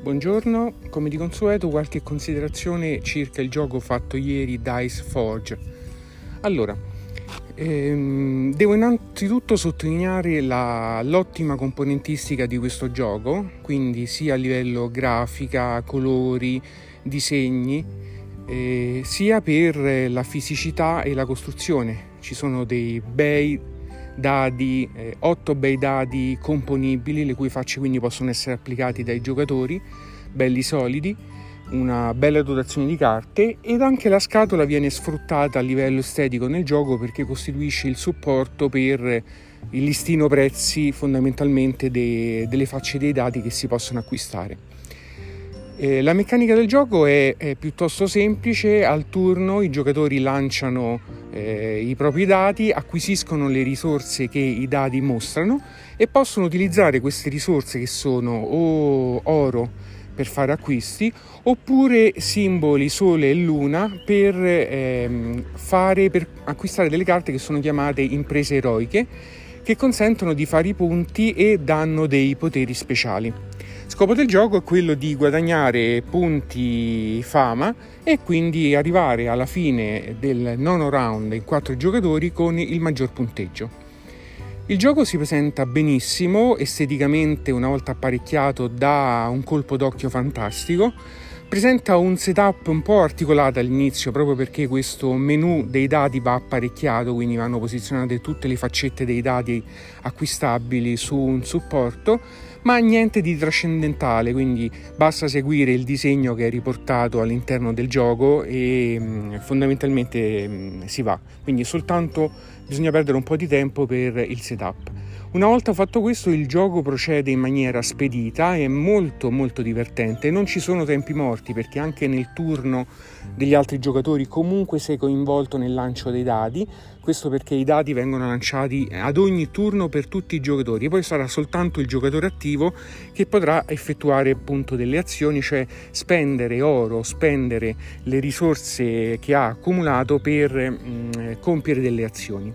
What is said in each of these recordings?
Buongiorno, come di consueto qualche considerazione circa il gioco fatto ieri Dice Forge. Allora, devo innanzitutto sottolineare l'ottima componentistica di questo gioco, quindi sia a livello grafica, colori, disegni, sia per la fisicità e la costruzione. Ci sono dei bei dadi, 8 bei dadi componibili, le cui facce quindi possono essere applicati dai giocatori, belli solidi, una bella dotazione di carte, ed anche la scatola viene sfruttata a livello estetico nel gioco perché costituisce il supporto per il listino prezzi fondamentalmente delle facce dei dadi che si possono acquistare. La meccanica del gioco è piuttosto semplice. Al turno i giocatori lanciano i propri dadi, acquisiscono le risorse che i dadi mostrano e possono utilizzare queste risorse, che sono o oro per fare acquisti oppure simboli sole e luna per acquistare delle carte che sono chiamate imprese eroiche, che consentono di fare i punti e danno dei poteri speciali. Scopo del gioco è quello di guadagnare punti fama e quindi arrivare alla fine del nono round in 4 giocatori con il maggior punteggio. Il gioco si presenta benissimo, esteticamente una volta apparecchiato dà un colpo d'occhio fantastico, presenta un setup un po' articolato all'inizio proprio perché questo menu dei dadi va apparecchiato, quindi vanno posizionate tutte le faccette dei dadi acquistabili su un supporto, ma niente di trascendentale, quindi basta seguire il disegno che è riportato all'interno del gioco e fondamentalmente si va, quindi soltanto bisogna perdere un po' di tempo per il setup. Una volta fatto questo, il gioco procede in maniera spedita, è molto divertente, non ci sono tempi morti perché anche nel turno degli altri giocatori comunque sei coinvolto nel lancio dei dadi. Questo perché i dadi vengono lanciati ad ogni turno per tutti i giocatori e poi sarà soltanto il giocatore attivo che potrà effettuare appunto delle azioni, cioè spendere oro, spendere le risorse che ha accumulato per compiere delle azioni.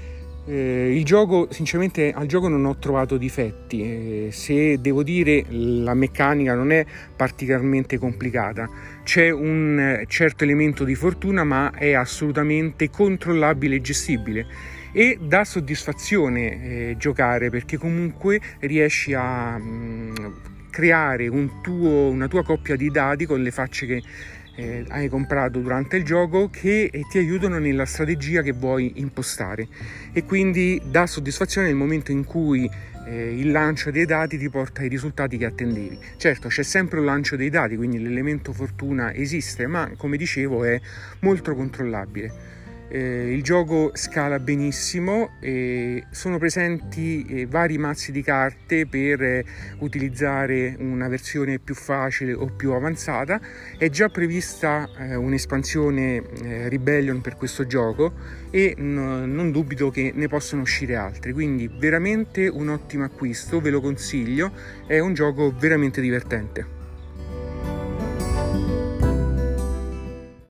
Il gioco, sinceramente, al gioco non ho trovato difetti. Se devo dire, la meccanica non è particolarmente complicata, c'è un certo elemento di fortuna, ma è assolutamente controllabile e gestibile e dà soddisfazione giocare, perché comunque riesci a creare una tua coppia di dadi con le facce che hai comprato durante il gioco, che ti aiutano nella strategia che vuoi impostare, e quindi dà soddisfazione nel momento in cui il lancio dei dadi ti porta ai risultati che attendevi. Certo, c'è sempre un lancio dei dadi, quindi l'elemento fortuna esiste, ma come dicevo è molto controllabile. Il gioco scala benissimo e sono presenti vari mazzi di carte per utilizzare una versione più facile o più avanzata. È già prevista un'espansione Rebellion per questo gioco e non dubito che ne possano uscire altri, quindi veramente un ottimo acquisto, ve lo consiglio, è un gioco veramente divertente.